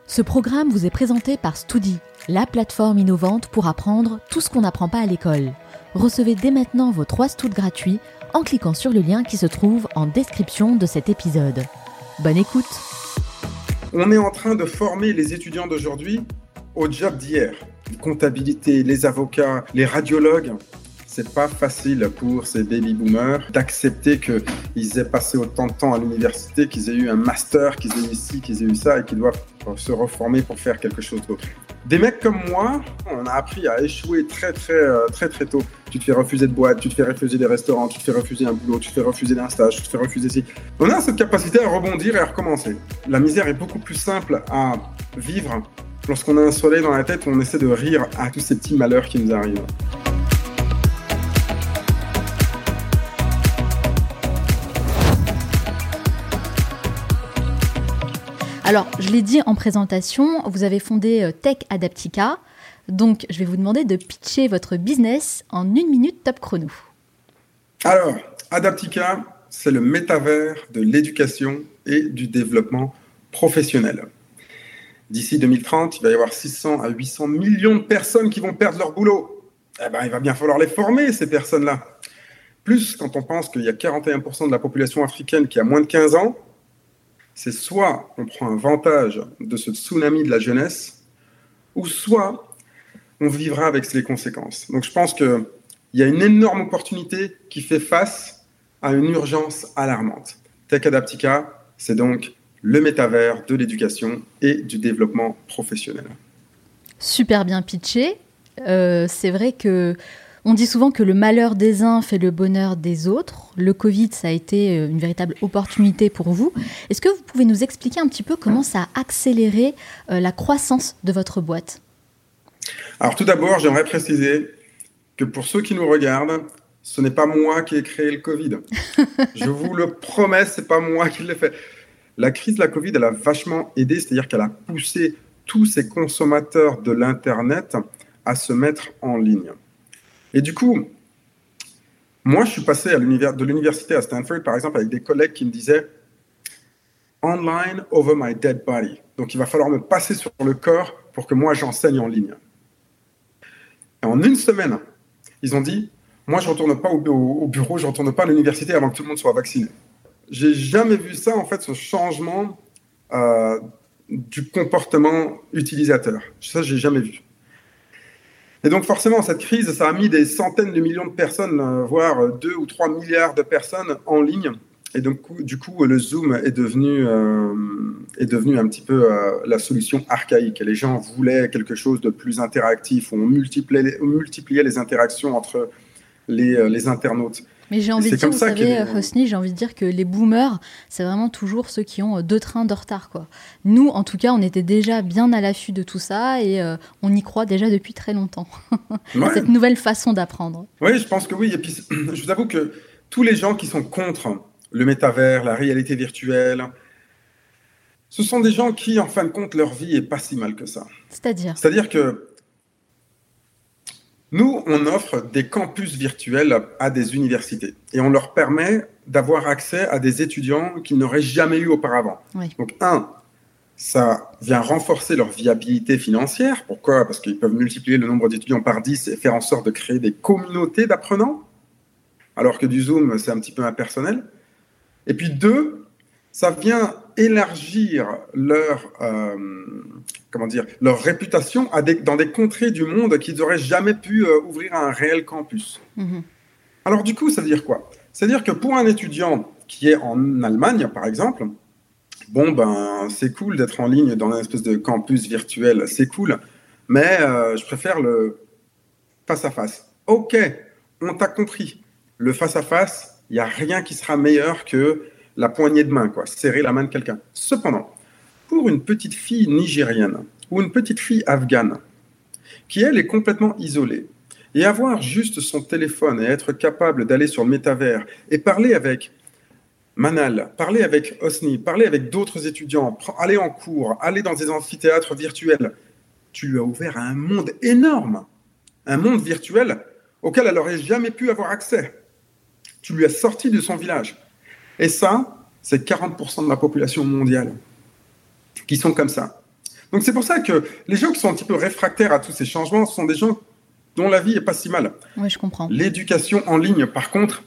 Ce programme vous est présenté par Studi, la plateforme innovante pour apprendre tout ce qu'on n'apprend pas à l'école. Recevez dès maintenant vos 3 Studs gratuits en cliquant sur le lien qui se trouve en description de cet épisode. Bonne écoute! On est en train de former les étudiants d'aujourd'hui au job d'hier. Comptabilité, les avocats, les radiologues. C'est pas facile pour ces baby boomers d'accepter qu'ils aient passé autant de temps à l'université, qu'ils aient eu un master, qu'ils aient eu ci, qu'ils aient eu ça et qu'ils doivent se reformer pour faire quelque chose d'autre. Des mecs comme moi, on a appris à échouer très tôt. Tu te fais refuser de boîte, tu te fais refuser des restaurants, tu te fais refuser un boulot, tu te fais refuser d'un stage, tu te fais refuser ci. On a cette capacité à rebondir et à recommencer. La misère est beaucoup plus simple à vivre lorsqu'on a un soleil dans la tête où on essaie de rire à tous ces petits malheurs qui nous arrivent. Alors, je l'ai dit en présentation, vous avez fondé Tech Adaptica. Donc, je vais vous demander de pitcher votre business en 1 minute top chrono. Alors, Adaptica, c'est le métavers de l'éducation et du développement professionnel. D'ici 2030, il va y avoir 600 à 800 millions de personnes qui vont perdre leur boulot. Il va bien falloir les former, ces personnes-là. Plus, quand on pense qu'il y a 41% de la population africaine qui a moins de 15 ans, c'est soit on prend avantage de ce tsunami de la jeunesse, ou soit on vivra avec les conséquences. Donc je pense qu'il y a une énorme opportunité qui fait face à une urgence alarmante. Tech Adaptica, c'est donc le métavers de l'éducation et du développement professionnel. Super bien pitché. C'est vrai que on dit souvent que le malheur des uns fait le bonheur des autres. Le Covid, ça a été une véritable opportunité pour vous. Est-ce que vous pouvez nous expliquer un petit peu comment ça a accéléré la croissance de votre boîte ? Alors tout d'abord, j'aimerais préciser que pour ceux qui nous regardent, ce n'est pas moi qui ai créé le Covid. Je vous le promets, ce n'est pas moi qui l'ai fait. La crise de la Covid, elle a vachement aidé, c'est-à-dire qu'elle a poussé tous ces consommateurs de l'Internet à se mettre en ligne. Et du coup, moi, je suis passé de l'université à Stanford, par exemple, avec des collègues qui me disaient « Online over my dead body ». Donc, il va falloir me passer sur le corps pour que moi, j'enseigne en ligne. Et en 1 semaine, ils ont dit « Moi, je ne retourne pas au bureau, je ne retourne pas à l'université avant que tout le monde soit vacciné ». J'ai jamais vu ça, en fait, ce changement du comportement utilisateur. Ça, j'ai jamais vu. Et donc forcément, cette crise, ça a mis des centaines de millions de personnes, voire 2 ou 3 milliards de personnes en ligne. Et donc, du coup, le Zoom est devenu un petit peu la solution archaïque. Et les gens voulaient quelque chose de plus interactif. On multipliait les interactions entre les internautes. Mais j'ai envie de dire, vous savez, Hosni, j'ai envie de dire que les boomers, c'est vraiment toujours ceux qui ont 2 trains de retard, quoi. Nous, en tout cas, on était déjà bien à l'affût de tout ça et on y croit déjà depuis très longtemps. Ouais. Cette nouvelle façon d'apprendre. Oui, je pense que oui. Et puis, je vous avoue que tous les gens qui sont contre le métavers, la réalité virtuelle, ce sont des gens qui, en fin de compte, leur vie est pas si mal que ça. C'est-à-dire que nous, on offre des campus virtuels à des universités et on leur permet d'avoir accès à des étudiants qu'ils n'auraient jamais eu auparavant. Oui. Donc, ça vient renforcer leur viabilité financière. Pourquoi ? Parce qu'ils peuvent multiplier le nombre d'étudiants par 10 et faire en sorte de créer des communautés d'apprenants, alors que du Zoom, c'est un petit peu impersonnel. Et puis 2, ça vient élargir leur réputation dans des contrées du monde qu'ils n'auraient jamais pu ouvrir un réel campus. Mmh. Alors du coup, ça veut dire quoi ? C'est-à-dire que pour un étudiant qui est en Allemagne, par exemple, c'est cool d'être en ligne dans une espèce de campus virtuel, c'est cool, mais je préfère le face-à-face. Ok, on t'a compris. Le face-à-face, il n'y a rien qui sera meilleur que la poignée de main, serrer la main de quelqu'un. Cependant, pour une petite fille nigérienne ou une petite fille afghane qui, elle, est complètement isolée et avoir juste son téléphone et être capable d'aller sur le métavers et parler avec Manal, parler avec Hosni, parler avec d'autres étudiants, aller en cours, aller dans des amphithéâtres virtuels, tu lui as ouvert un monde énorme, un monde virtuel auquel elle n'aurait jamais pu avoir accès. Tu lui as sorti de son village. Et ça, c'est 40% de la population mondiale qui sont comme ça. Donc c'est pour ça que les gens qui sont un petit peu réfractaires à tous ces changements sont des gens dont la vie n'est pas si mal. Oui, je comprends. L'éducation en ligne, par contre,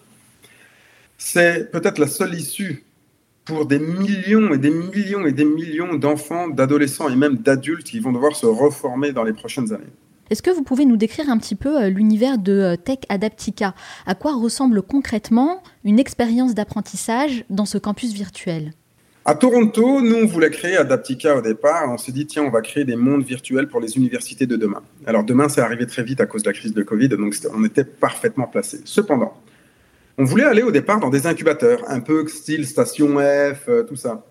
c'est peut-être la seule issue pour des millions et des millions et des millions d'enfants, d'adolescents et même d'adultes qui vont devoir se reformer dans les prochaines années. Est-ce que vous pouvez nous décrire un petit peu l'univers de Tech Adaptica ? À quoi ressemble concrètement une expérience d'apprentissage dans ce campus virtuel ? À Toronto, nous, on voulait créer Adaptica au départ. On s'est dit, tiens, on va créer des mondes virtuels pour les universités de demain. Alors demain, c'est arrivé très vite à cause de la crise de Covid, donc on était parfaitement placés. Cependant, on voulait aller au départ dans des incubateurs, un peu style Station F, tout ça.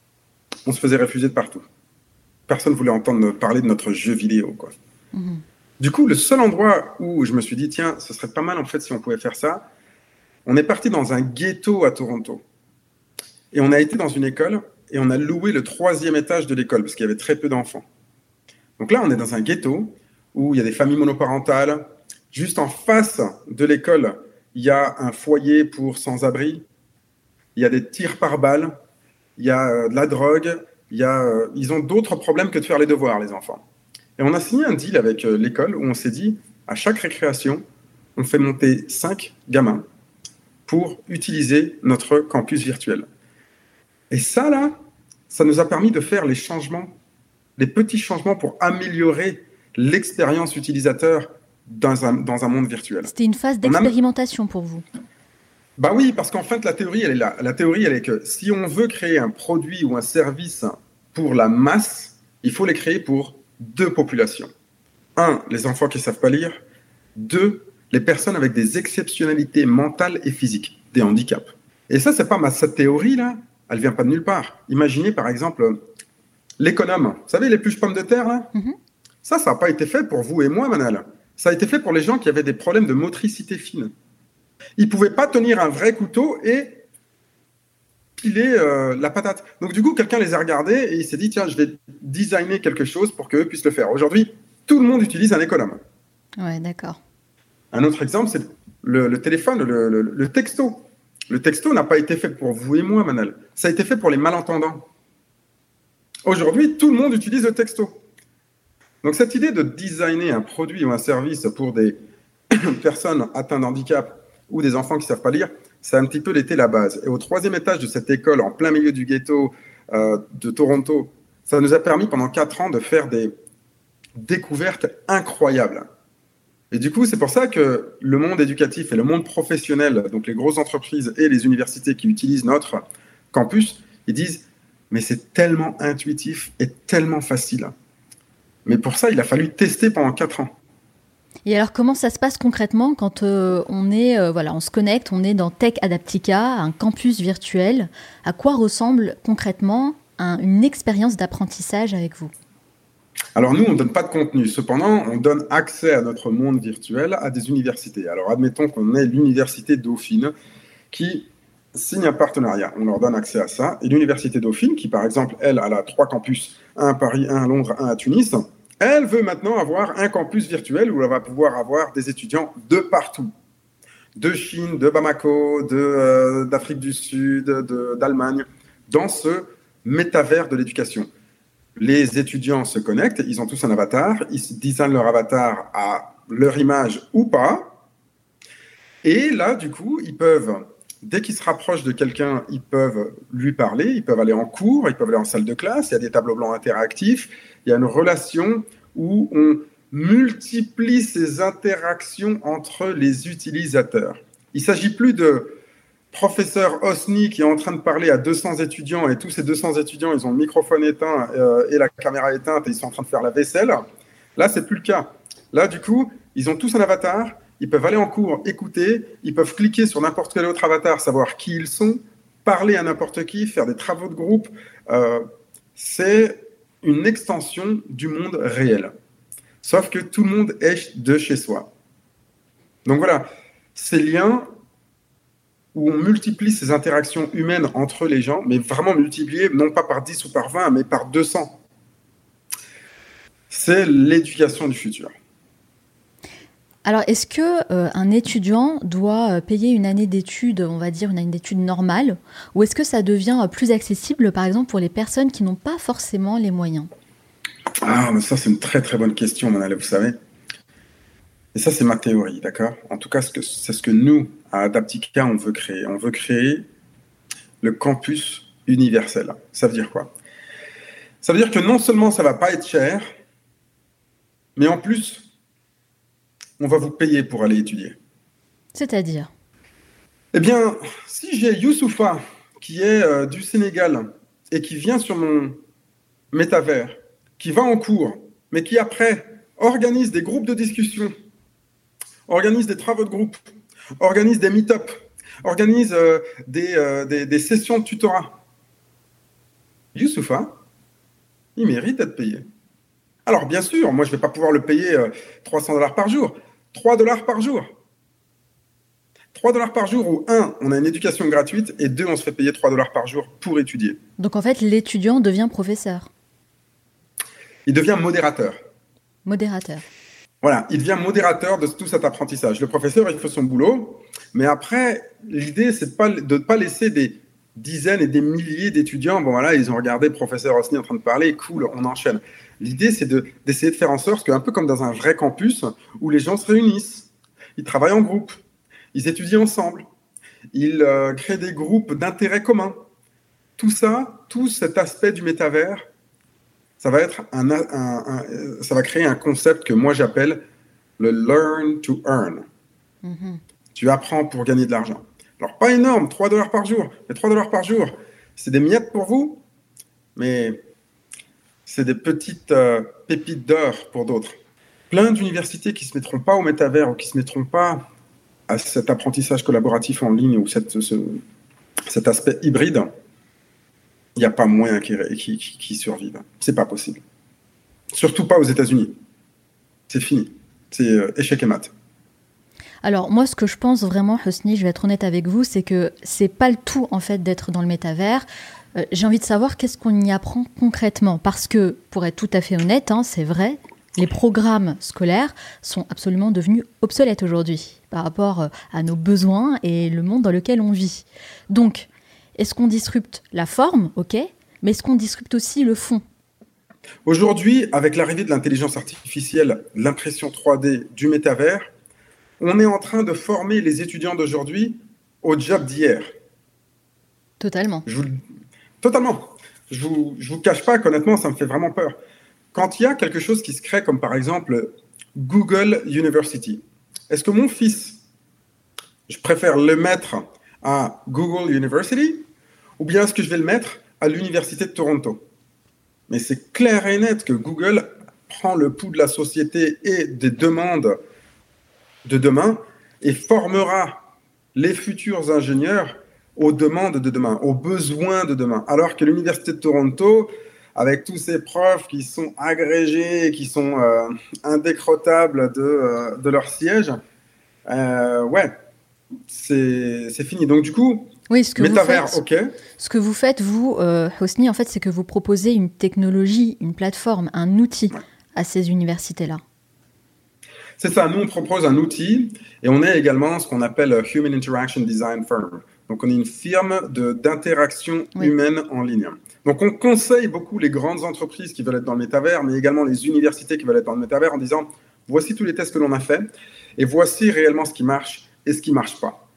On se faisait refuser de partout. Personne ne voulait entendre parler de notre jeu vidéo, quoi. Du coup, le seul endroit où je me suis dit, tiens, ce serait pas mal en fait si on pouvait faire ça, on est parti dans un ghetto à Toronto. Et on a été dans une école et on a loué le 3e étage de l'école parce qu'il y avait très peu d'enfants. Donc là, on est dans un ghetto où il y a des familles monoparentales. Juste en face de l'école, il y a un foyer pour sans-abri. Il y a des tirs par balles. Il y a de la drogue. Ils ont d'autres problèmes que de faire les devoirs, les enfants. Et on a signé un deal avec l'école où on s'est dit, à chaque récréation, on fait monter 5 gamins pour utiliser notre campus virtuel. Et ça, là, ça nous a permis de faire les changements, les petits changements pour améliorer l'expérience utilisateur dans un monde virtuel. C'était une phase d'expérimentation pour vous. Bah oui, parce qu'en fait, la théorie, elle est là. La théorie, elle est que si on veut créer un produit ou un service pour la masse, il faut les créer pour 2 populations. 1, les enfants qui ne savent pas lire. 2, les personnes avec des exceptionnalités mentales et physiques, des handicaps. Et ça, c'est pas cette théorie-là, elle vient pas de nulle part. Imaginez, par exemple, l'économe. Vous savez, l'épluche pommes de terre, là Ça n'a pas été fait pour vous et moi, Manal. Ça a été fait pour les gens qui avaient des problèmes de motricité fine. Ils ne pouvaient pas tenir un vrai couteau et piler la patate. Donc du coup, quelqu'un les a regardés et il s'est dit, tiens, je vais designer quelque chose pour qu'eux puissent le faire. Aujourd'hui, tout le monde utilise un économe. Ouais, d'accord. Un autre exemple, c'est le téléphone, le texto. Le texto n'a pas été fait pour vous et moi, Manal. Ça a été fait pour les malentendants. Aujourd'hui, tout le monde utilise le texto. Donc cette idée de designer un produit ou un service pour des personnes atteintes de handicap ou des enfants qui ne savent pas lire, ça a un petit peu été la base. Et au 3e étage de cette école, en plein milieu du ghetto de Toronto, ça nous a permis pendant 4 ans de faire des découvertes incroyables. Et du coup, c'est pour ça que le monde éducatif et le monde professionnel, donc les grosses entreprises et les universités qui utilisent notre campus, ils disent « mais c'est tellement intuitif et tellement facile ». Mais pour ça, il a fallu tester pendant 4 ans. Et alors, comment ça se passe concrètement quand on se connecte, on est dans Tech Adaptica, un campus virtuel. À quoi ressemble concrètement une expérience d'apprentissage avec vous ? Alors nous, on ne donne pas de contenu. Cependant, on donne accès à notre monde virtuel à des universités. Alors admettons qu'on est l'université Dauphine qui signe un partenariat. On leur donne accès à ça. Et l'université Dauphine, qui par exemple, elle a 3 campus, un à Paris, un à Londres, un à Tunis, elle veut maintenant avoir un campus virtuel où elle va pouvoir avoir des étudiants de partout. De Chine, de Bamako, d'Afrique du Sud, d'Allemagne, dans ce métavers de l'éducation. Les étudiants se connectent, ils ont tous un avatar, ils designent leur avatar à leur image ou pas. Et là, du coup, ils peuvent, dès qu'ils se rapprochent de quelqu'un, ils peuvent lui parler, ils peuvent aller en cours, ils peuvent aller en salle de classe, il y a des tableaux blancs interactifs, il y a une relation où on multiplie ces interactions entre les utilisateurs. Il ne s'agit plus de professeur Osni qui est en train de parler à 200 étudiants et tous ces 200 étudiants, ils ont le microphone éteint et la caméra éteinte et ils sont en train de faire la vaisselle. Là, c'est plus le cas. Là, du coup, ils ont tous un avatar, ils peuvent aller en cours, écouter, ils peuvent cliquer sur n'importe quel autre avatar, savoir qui ils sont, parler à n'importe qui, faire des travaux de groupe. C'est une extension du monde réel. Sauf que tout le monde est de chez soi. Donc voilà, ces liens où on multiplie ces interactions humaines entre les gens, mais vraiment multipliées, non pas par 10 ou par 20, mais par 200. C'est l'éducation du futur. Alors, est-ce qu'un étudiant doit payer une année d'études, on va dire une année d'études normale, ou est-ce que ça devient plus accessible, par exemple, pour les personnes qui n'ont pas forcément les moyens ? Ah, mais ça, c'est une très très bonne question, Manal, vous savez. Et ça, c'est ma théorie, d'accord? En tout cas, c'est ce que nous, à Adaptica, on veut créer. On veut créer le campus universel. Ça veut dire quoi? Ça veut dire que non seulement ça va pas être cher, mais en plus, on va vous payer pour aller étudier. C'est-à-dire? Eh bien, si j'ai Youssoufa, qui est du Sénégal, et qui vient sur mon métavers, qui va en cours, mais qui après organise des groupes de discussion, organise des travaux de groupe, organise des meet-up, organise des sessions de tutorat. Youssoufa, il mérite d'être payé. Alors bien sûr, moi je ne vais pas pouvoir le payer $300 par jour, $3 par jour. $3 par jour où, un, on a une éducation gratuite et deux, on se fait payer $3 par jour pour étudier. Donc en fait, l'étudiant devient professeur. Il devient modérateur. Modérateur. Voilà, il devient modérateur de tout cet apprentissage. Le professeur, il fait son boulot, mais après, l'idée, c'est de ne pas laisser des dizaines et des milliers d'étudiants. Bon, voilà, ils ont regardé professeur Hosni en train de parler, cool, on enchaîne. L'idée, c'est d'essayer de faire en sorte qu'un peu comme dans un vrai campus, où les gens se réunissent, ils travaillent en groupe, ils étudient ensemble, ils créent des groupes d'intérêts communs. Tout ça, tout cet aspect du métavers, ça va être ça va créer un concept que moi j'appelle le learn to earn. Mm-hmm. Tu apprends pour gagner de l'argent. Alors pas énorme, $3 par jour, mais $3 par jour, c'est des miettes pour vous, mais c'est des petites pépites d'or pour d'autres. Plein d'universités qui ne se mettront pas au métavers ou qui ne se mettront pas à cet apprentissage collaboratif en ligne ou cet aspect hybride, il n'y a pas moyen qu'ils survivent. C'est pas possible. Surtout pas aux États-Unis. C'est fini. C'est échec et mat. Alors moi, ce que je pense vraiment, Hosni, je vais être honnête avec vous, c'est que c'est pas le tout en fait d'être dans le métavers. J'ai envie de savoir qu'est-ce qu'on y apprend concrètement, parce que pour être tout à fait honnête, c'est vrai, les programmes scolaires sont absolument devenus obsolètes aujourd'hui par rapport à nos besoins et le monde dans lequel on vit. Donc, est-ce qu'on disrupte la forme, ok, mais est-ce qu'on disrupte aussi le fond? Aujourd'hui, avec l'arrivée de l'intelligence artificielle, l'impression 3D, du métavers, on est en train de former les étudiants d'aujourd'hui au job d'hier. Totalement. Totalement. Je vous cache pas qu'honnêtement, ça me fait vraiment peur. Quand il y a quelque chose qui se crée, comme par exemple Google University, est-ce que mon fils, je préfère le mettre à Google University ou bien est-ce que je vais le mettre à l'Université de Toronto? Mais c'est clair et net que Google prend le pouls de la société et des demandes de demain et formera les futurs ingénieurs aux demandes de demain, aux besoins de demain. Alors que l'Université de Toronto, avec tous ces profs qui sont agrégés, qui sont indécrottables de leur siège, ouais, c'est fini. Donc du coup, oui, métavers, ok. Ce que vous faites, vous, Hosni, en fait, c'est que vous proposez une technologie, une plateforme, un outil à ces universités-là. C'est ça, nous on propose un outil et on est également ce qu'on appelle Human Interaction Design Firm. Donc on est une firme d'interaction humaine en ligne. Donc on conseille beaucoup les grandes entreprises qui veulent être dans le métavers, mais également les universités qui veulent être dans le métavers en disant voici tous les tests que l'on a faits et voici réellement ce qui marche et ce qui ne marche pas.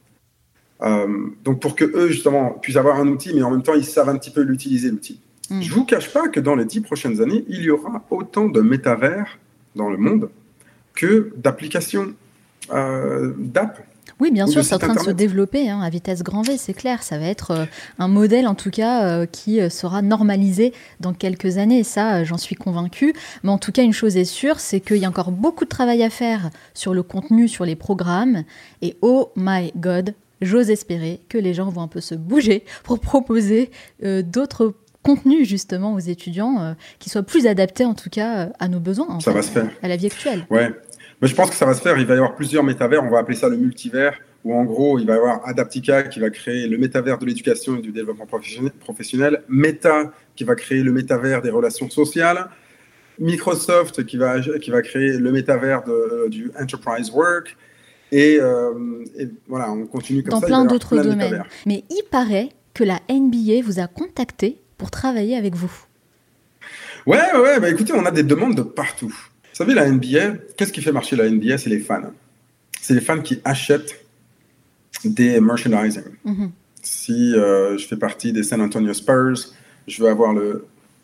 Donc pour que eux justement puissent avoir un outil, mais en même temps ils savent un petit peu l'utiliser l'outil. Je ne vous cache pas que dans les 10 prochaines années, il y aura autant de métavers dans le monde que d'applications, d'app. Oui, bien sûr, c'est en train de se développer à vitesse grand V, c'est clair. Ça va être un modèle, en tout cas, qui sera normalisé dans quelques années. Et ça, j'en suis convaincue. Mais en tout cas, une chose est sûre, c'est qu'il y a encore beaucoup de travail à faire sur le contenu, sur les programmes. Et oh my God, j'ose espérer que les gens vont un peu se bouger pour proposer d'autres contenus, justement, aux étudiants qui soient plus adaptés, en tout cas, à nos besoins, ça va se faire. À la vie actuelle. Ouais. Mais je pense que ça va se faire. Il va y avoir plusieurs métavers. On va appeler ça le multivers, où en gros, il va y avoir Adaptica qui va créer le métavers de l'éducation et du développement professionnel, Meta qui va créer le métavers des relations sociales, Microsoft qui va créer le métavers du enterprise work, et voilà, on continue comme dans ça. Dans plein d'autres domaines. Mais il paraît que la NBA vous a contacté pour travailler avec vous. Ouais, bah écoutez, on a des demandes de partout. Vous savez, la NBA, qu'est-ce qui fait marcher la NBA? C'est les fans. C'est les fans qui achètent des merchandising. Mhm. Si je fais partie des San Antonio Spurs, je veux avoir le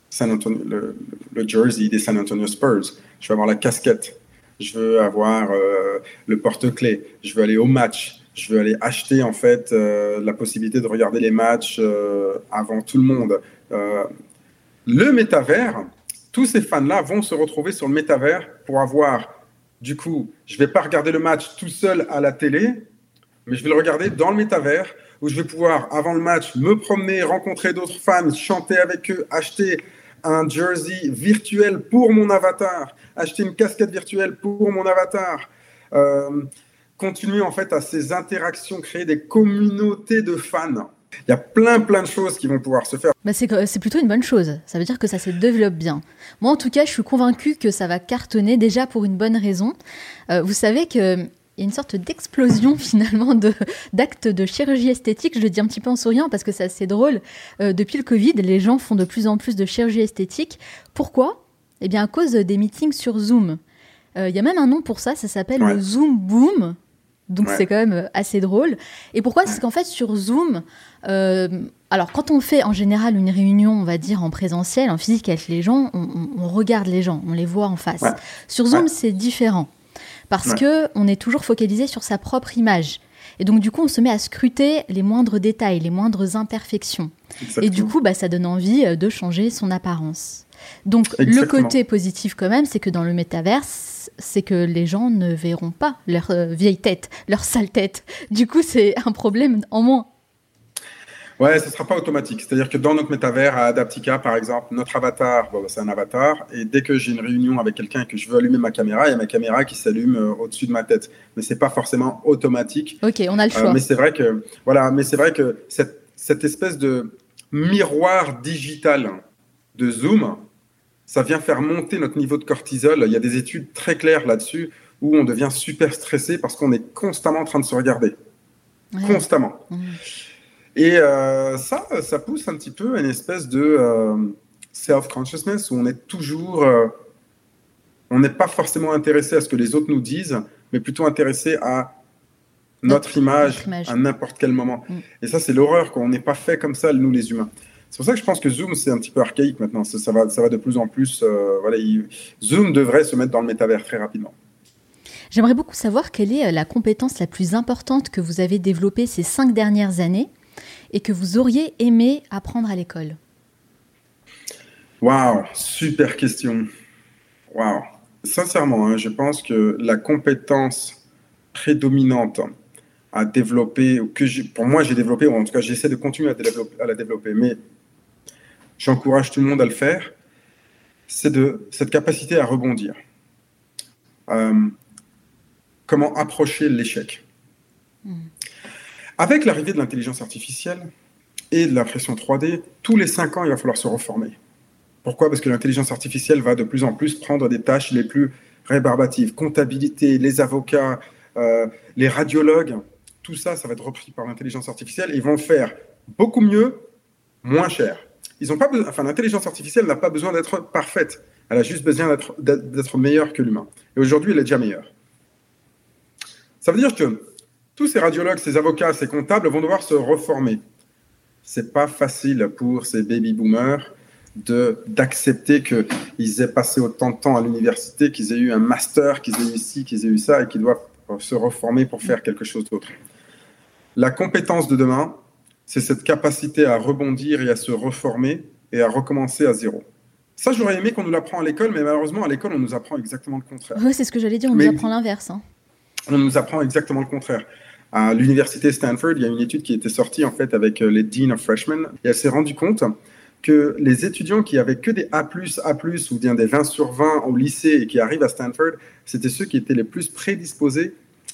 jersey des San Antonio Spurs. Je veux avoir la casquette. Je veux avoir le porte-clés. Je veux aller au match. Je veux aller acheter en fait la possibilité de regarder les matchs avant tout le monde. Le métavers, tous ces fans-là vont se retrouver sur le métavers pour avoir, du coup, je ne vais pas regarder le match tout seul à la télé, mais je vais le regarder dans le métavers où je vais pouvoir, avant le match, me promener, rencontrer d'autres fans, chanter avec eux, acheter un jersey virtuel pour mon avatar, acheter une casquette virtuelle pour mon avatar, continuer en fait à ces interactions, créer des communautés de fans. Il y a plein de choses qui vont pouvoir se faire. Bah c'est plutôt une bonne chose. Ça veut dire que ça se développe bien. Moi, en tout cas, je suis convaincue que ça va cartonner déjà pour une bonne raison. Vous savez qu'il y a une sorte d'explosion finalement d'actes de chirurgie esthétique. Je le dis un petit peu en souriant parce que c'est assez drôle. Depuis le Covid, les gens font de plus en plus de chirurgie esthétique. Pourquoi ? Eh bien, à cause des meetings sur Zoom. Il y a même un nom pour ça s'appelle le Zoom Boom. Donc c'est quand même assez drôle. Et pourquoi ? C'est qu'en fait sur Zoom, alors quand on fait en général une réunion, on va dire en présentiel, en physique avec les gens, on regarde les gens, on les voit en face. Sur Zoom, c'est différent parce que on est toujours focalisé sur sa propre image. Et donc du coup, on se met à scruter les moindres détails, les moindres imperfections. Exactement. Et du coup, ça donne envie de changer son apparence. Donc le côté positif quand même, c'est que dans le métaverse, c'est que les gens ne verront pas leur vieille tête, leur sale tête. Du coup, c'est un problème en moins. Ouais, ce ne sera pas automatique. C'est-à-dire que dans notre métavers, à Adaptica, par exemple, notre avatar, c'est un avatar. Et dès que j'ai une réunion avec quelqu'un et que je veux allumer ma caméra, il y a ma caméra qui s'allume au-dessus de ma tête. Mais ce n'est pas forcément automatique. Ok, on a le choix. Mais c'est vrai que cette espèce de miroir digital de Zoom, ça vient faire monter notre niveau de cortisol. Il y a des études très claires là-dessus où on devient super stressé parce qu'on est constamment en train de se regarder. Ouais. Constamment. Et ça pousse un petit peu à une espèce de self-consciousness où on est toujours... on n'est pas forcément intéressé à ce que les autres nous disent, mais plutôt intéressé à notre image à n'importe quel moment. Et ça, c'est l'horreur, quoi. On n'est pas fait comme ça, nous, les humains. C'est pour ça que je pense que Zoom, c'est un petit peu archaïque maintenant. Ça va de plus en plus... Zoom devrait se mettre dans le métavers très rapidement. J'aimerais beaucoup savoir quelle est la compétence la plus importante que vous avez développée ces 5 dernières années et que vous auriez aimé apprendre à l'école. Waouh, super question. Waouh. Sincèrement, je pense que la compétence prédominante à développer, pour moi j'ai développé, ou en tout cas j'essaie de continuer à la développer, mais j'encourage tout le monde à le faire, c'est cette capacité à rebondir. Comment approcher l'échec. Avec l'arrivée de l'intelligence artificielle et de l'impression 3D, tous les 5 ans, il va falloir se reformer. Pourquoi ? Parce que l'intelligence artificielle va de plus en plus prendre des tâches les plus rébarbatives. Comptabilité, les avocats, les radiologues, tout ça, ça va être repris par l'intelligence artificielle. Ils vont faire beaucoup mieux, moins cher. L'intelligence artificielle n'a pas besoin d'être parfaite. Elle a juste besoin d'être meilleure que l'humain. Et aujourd'hui, elle est déjà meilleure. Ça veut dire que tous ces radiologues, ces avocats, ces comptables vont devoir se reformer. C'est pas facile pour ces baby-boomers d'accepter qu'ils aient passé autant de temps à l'université, qu'ils aient eu un master, qu'ils aient eu ci, qu'ils aient eu ça, et qu'ils doivent se reformer pour faire quelque chose d'autre. La compétence de demain, c'est cette capacité à rebondir et à se reformer et à recommencer à zéro. Ça, j'aurais aimé qu'on nous l'apprend à l'école, mais malheureusement, à l'école, on nous apprend exactement le contraire. Oui, c'est ce que j'allais dire, on nous apprend l'inverse. On nous apprend exactement le contraire. À l'université Stanford, il y a une étude qui était sortie en fait avec les Dean of Freshmen, et elle s'est rendue compte que les étudiants qui avaient que des A+, ou bien des 20 sur 20 au lycée et qui arrivent à Stanford, c'était ceux qui étaient les plus prédisposés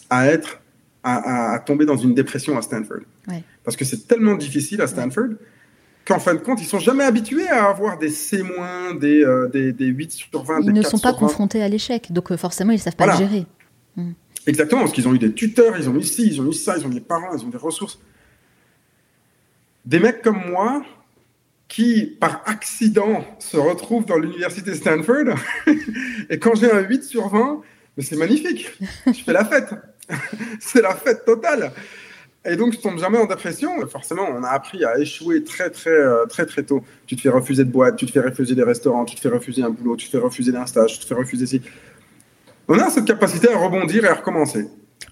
à tomber dans une dépression à Stanford. Ouais. Parce que c'est tellement difficile à Stanford qu'en fin de compte, ils ne sont jamais habitués à avoir des C-, des 8 sur 20, des 4 sur 20. Ils ne sont pas confrontés à l'échec, donc forcément, ils ne savent pas le gérer. Exactement, parce qu'ils ont eu des tuteurs, ils ont eu ci, ils ont eu ça, ils ont des parents, ils ont des ressources. Des mecs comme moi, qui, par accident, se retrouve dans l'université Stanford. Et quand j'ai un 8 sur 20, mais c'est magnifique. Je fais la fête. C'est la fête totale. Et donc, je tombe jamais en dépression. Forcément, on a appris à échouer très tôt. Tu te fais refuser de boîte, tu te fais refuser des restaurants, tu te fais refuser un boulot, tu te fais refuser un stage, tu te fais refuser ci. On a cette capacité à rebondir et à recommencer.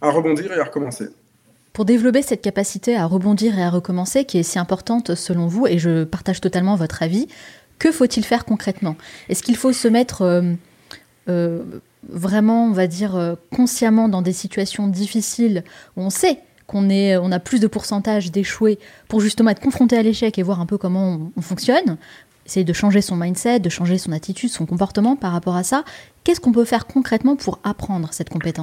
Pour développer cette capacité à rebondir et à recommencer, qui est si importante selon vous, et je partage totalement votre avis, que faut-il faire concrètement ? Est-ce qu'il faut se mettre vraiment, on va dire, consciemment dans des situations difficiles où on sait qu'on a plus de pourcentage d'échouer pour justement être confronté à l'échec et voir un peu comment on fonctionne, essayer de changer son mindset, de changer son attitude, son comportement par rapport à ça. Qu'est-ce qu'on peut faire concrètement pour apprendre cette compétence ?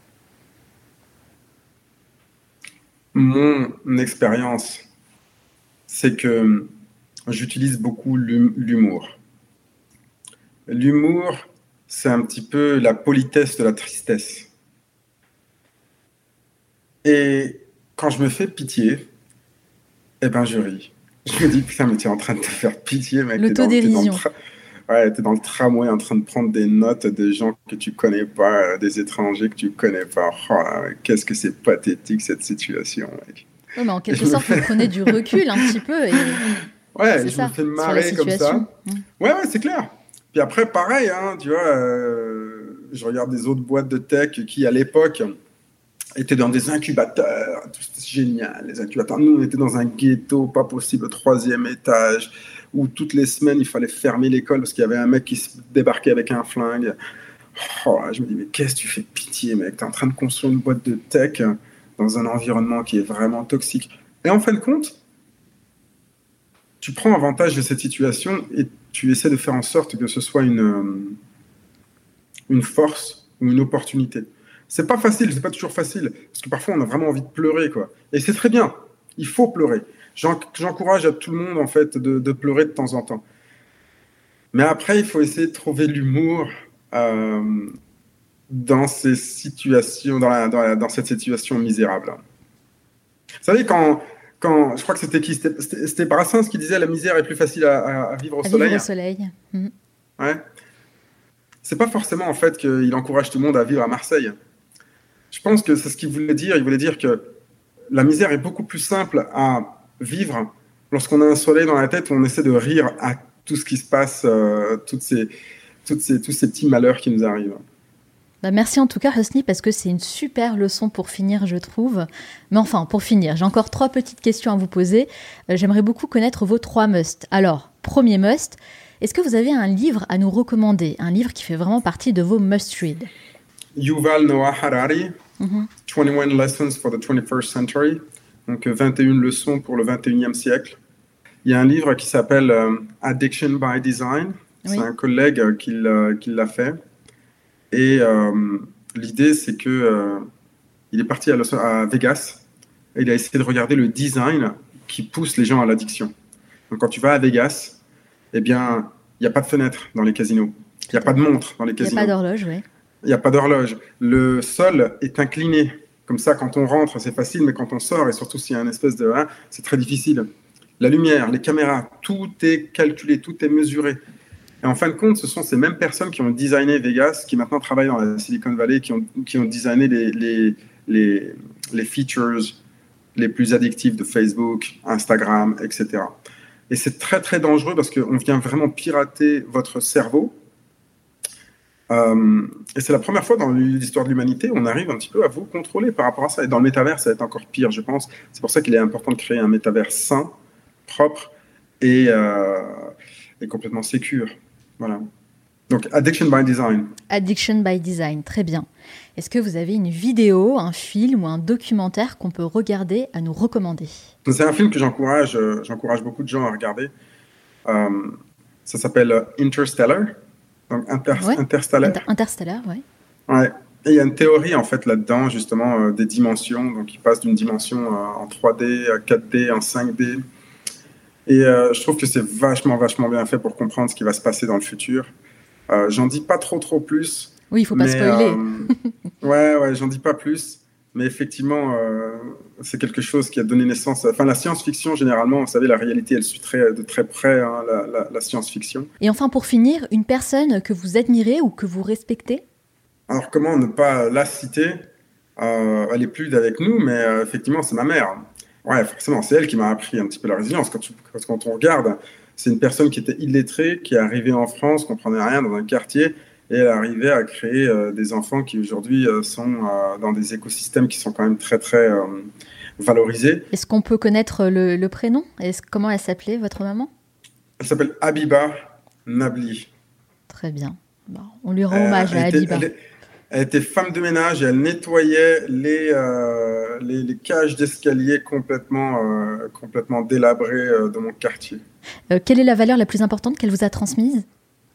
Mon expérience, c'est que j'utilise beaucoup l'humour. L'humour, c'est un petit peu la politesse de la tristesse. Et quand je me fais pitié, eh ben je ris. Je me dis, putain, mais tu es en train de te faire pitié, mec. L'autodérision. T'es dans le tramway en train de prendre des notes des gens que tu connais pas, des étrangers que tu connais pas. Oh, qu'est-ce que c'est pathétique cette situation, mec. Oui, mais en quelque sorte, vous prenez du recul un petit peu. Et... Ouais, je me fais marrer comme ça. Ouais, c'est clair. Puis après, pareil, hein, tu vois, je regarde des autres boîtes de tech qui, à l'époque, étaient dans des incubateurs. C'était génial, les incubateurs. Nous, on était dans un ghetto, pas possible, au 3e étage, où toutes les semaines, il fallait fermer l'école parce qu'il y avait un mec qui se débarquait avec un flingue. Oh, je me dis, mais qu'est-ce que tu fais pitié, mec? T'es en train de construire une boîte de tech dans un environnement qui est vraiment toxique. Et en fin de compte, tu prends avantage de cette situation et tu essaies de faire en sorte que ce soit une force ou une opportunité. C'est pas facile, c'est pas toujours facile, parce que parfois on a vraiment envie de pleurer, quoi. Et c'est très bien, il faut pleurer. J'encourage à tout le monde, en fait, de pleurer de temps en temps. Mais après, il faut essayer de trouver l'humour dans ces situations, dans cette situation misérable. Vous savez, quand je crois que c'était Brassens qui disait la misère est plus facile à vivre au soleil. Vivre au soleil. Mmh. Ouais. C'est pas forcément en fait qu'il encourage tout le monde à vivre à Marseille. Je pense que c'est ce qu'il voulait dire. Il voulait dire que la misère est beaucoup plus simple à vivre lorsqu'on a un soleil dans la tête où on essaie de rire à tout ce qui se passe, tous ces petits malheurs qui nous arrivent. Bah merci en tout cas, Hosni, parce que c'est une super leçon pour finir, je trouve. Mais enfin, pour finir, j'ai encore 3 petites questions à vous poser. J'aimerais beaucoup connaître vos 3 musts. Alors, premier must, est-ce que vous avez un livre à nous recommander, un livre qui fait vraiment partie de vos must-read? Yuval Noah Harari, 21 Lessons for the 21st Century, donc 21 leçons pour le 21e siècle. Il y a un livre qui s'appelle Addiction by Design. Oui. C'est un collègue qui l'a fait. Et l'idée, c'est que il est parti à Vegas et il a essayé de regarder le design qui pousse les gens à l'addiction. Donc, quand tu vas à Vegas, eh bien, il n'y a pas de fenêtre dans les casinos. Il n'y a pas de montre dans les casinos. Il n'y a pas d'horloge, oui. Il n'y a pas d'horloge. Le sol est incliné. Comme ça, quand on rentre, c'est facile, mais quand on sort, et surtout s'il y a une espèce de... c'est très difficile. La lumière, les caméras, tout est calculé, tout est mesuré. Et en fin de compte, ce sont ces mêmes personnes qui ont designé Vegas, qui maintenant travaillent dans la Silicon Valley, qui ont designé les features les plus addictifs de Facebook, Instagram, etc. Et c'est très, très dangereux parce qu'on vient vraiment pirater votre cerveau. Et c'est la première fois dans l'histoire de l'humanité où on arrive un petit peu à vous contrôler par rapport à ça. Et dans le métavers, ça va être encore pire, je pense. C'est pour ça qu'il est important de créer un métavers sain, propre et complètement sécure. Voilà. Donc, Addiction by Design. Addiction by Design, très bien. Est-ce que vous avez une vidéo, un film ou un documentaire qu'on peut regarder à nous recommander? C'est un film que j'encourage beaucoup de gens à regarder. Ça s'appelle Interstellar. Donc Interstellar. Interstellar, oui. Ouais. Et il y a une théorie en fait là-dedans, justement, des dimensions. Donc, il passe d'une dimension en 3D, à 4D, en 5D. Et je trouve que c'est vachement bien fait pour comprendre ce qui va se passer dans le futur. J'en dis pas trop plus. Oui, il faut pas spoiler. Ouais, j'en dis pas plus. Mais effectivement, c'est quelque chose qui a donné naissance. Enfin, la science-fiction, généralement, vous savez, la réalité, elle suit de très près la science-fiction. Et enfin, pour finir, une personne que vous admirez ou que vous respectez? Alors, comment ne pas la citer? Elle n'est plus avec nous, mais effectivement, c'est ma mère. Ouais, forcément, c'est elle qui m'a appris un petit peu la résilience. Quand on regarde, c'est une personne qui était illettrée, qui est arrivée en France, comprenait rien dans un quartier, et elle arrivait à créer des enfants qui aujourd'hui sont dans des écosystèmes qui sont quand même très, très valorisés. Est-ce qu'on peut connaître le prénom? Comment elle s'appelait, votre maman? Elle s'appelle Habiba Nabli. Très bien. Bon, on lui rend hommage à Habiba. Elle était femme de ménage et elle nettoyait les cages d'escalier complètement délabrées de mon quartier. Quelle est la valeur la plus importante qu'elle vous a transmise?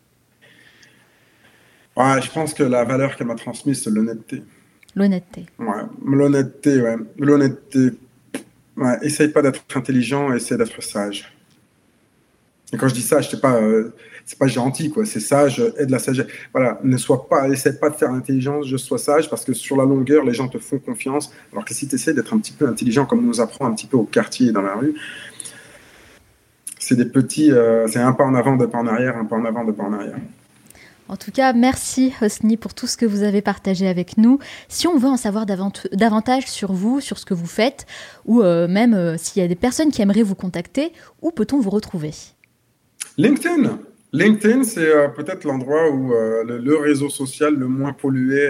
Ouais, je pense que la valeur qu'elle m'a transmise, c'est l'honnêteté. L'honnêteté. Ouais, l'honnêteté, ouais. L'honnêteté. Ouais, essaye pas d'être intelligent, essaye d'être sage. Et quand je dis sage, c'est pas gentil, quoi. C'est sage et de la sagesse. Voilà, essaie pas de faire l'intelligence, je sois sage, parce que sur la longueur, les gens te font confiance. Alors que si tu essaies d'être un petit peu intelligent, comme on nous apprend un petit peu au quartier et dans la rue, c'est c'est un pas en avant, deux pas en arrière, un pas en avant, deux pas en arrière. En tout cas, merci Hosni pour tout ce que vous avez partagé avec nous. Si on veut en savoir davantage sur vous, sur ce que vous faites, ou même s'il y a des personnes qui aimeraient vous contacter, où peut-on vous retrouver? LinkedIn. LinkedIn, c'est peut-être l'endroit où le réseau social le moins pollué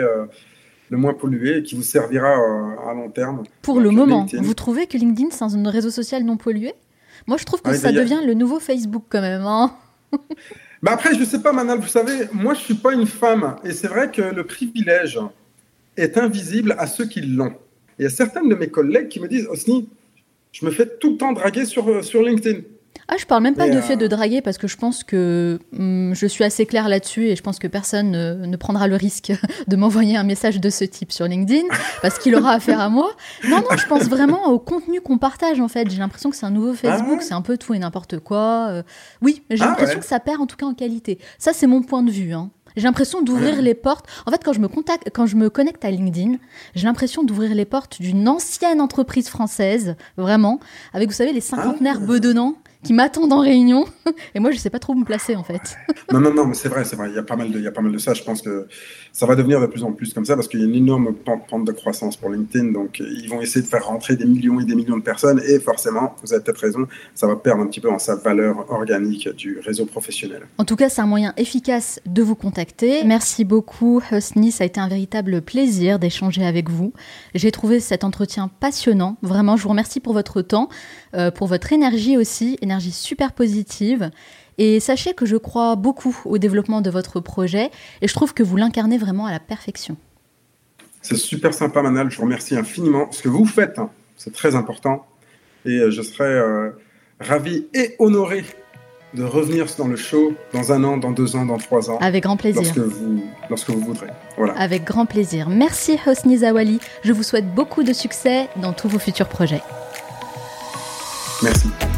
et qui vous servira à long terme. Pour donc, le moment, LinkedIn. Vous trouvez que LinkedIn, c'est un réseau social non pollué? Moi, je trouve que ça devient le nouveau Facebook quand même. Hein. Bah après, je ne sais pas, Manal, vous savez, moi, je ne suis pas une femme. Et c'est vrai que le privilège est invisible à ceux qui l'ont. Et il y a certaines de mes collègues qui me disent « Hosni, je me fais tout le temps draguer sur LinkedIn ». Ah, je parle même pas de fait de draguer parce que je pense que je suis assez claire là-dessus et je pense que personne ne prendra le risque de m'envoyer un message de ce type sur LinkedIn parce qu'il aura affaire à moi. Non, je pense vraiment au contenu qu'on partage en fait. J'ai l'impression que c'est un nouveau Facebook, c'est un peu tout et n'importe quoi. Oui, mais j'ai l'impression que ça perd en tout cas en qualité. Ça, c'est mon point de vue. Hein. J'ai l'impression d'ouvrir les portes. En fait, quand je me connecte à LinkedIn, j'ai l'impression d'ouvrir les portes d'une ancienne entreprise française, vraiment, avec, vous savez, les cinquantenaires bedonnants qui m'attendent en réunion. Et moi, je ne sais pas trop où me placer, en fait. Non, mais c'est vrai. Il y a pas mal de ça. Je pense que ça va devenir de plus en plus comme ça parce qu'il y a une énorme pente de croissance pour LinkedIn. Donc, ils vont essayer de faire rentrer des millions et des millions de personnes. Et forcément, vous avez peut-être raison, ça va perdre un petit peu en sa valeur organique du réseau professionnel. En tout cas, c'est un moyen efficace de vous contacter. Merci beaucoup, Hosni. Ça a été un véritable plaisir d'échanger avec vous. J'ai trouvé cet entretien passionnant. Vraiment, je vous remercie pour votre temps, pour votre énergie aussi, énergie super positive. Et sachez que je crois beaucoup au développement de votre projet et je trouve que vous l'incarnez vraiment à la perfection. C'est super sympa, Manal. Je vous remercie infiniment. Ce que vous faites, c'est très important. Et je serai ravi et honoré de revenir dans le show dans 1 an, dans 2 ans, dans 3 ans. Avec grand plaisir. Lorsque vous voudrez. Voilà. Avec grand plaisir. Merci Hosni Zawali. Je vous souhaite beaucoup de succès dans tous vos futurs projets. Merci.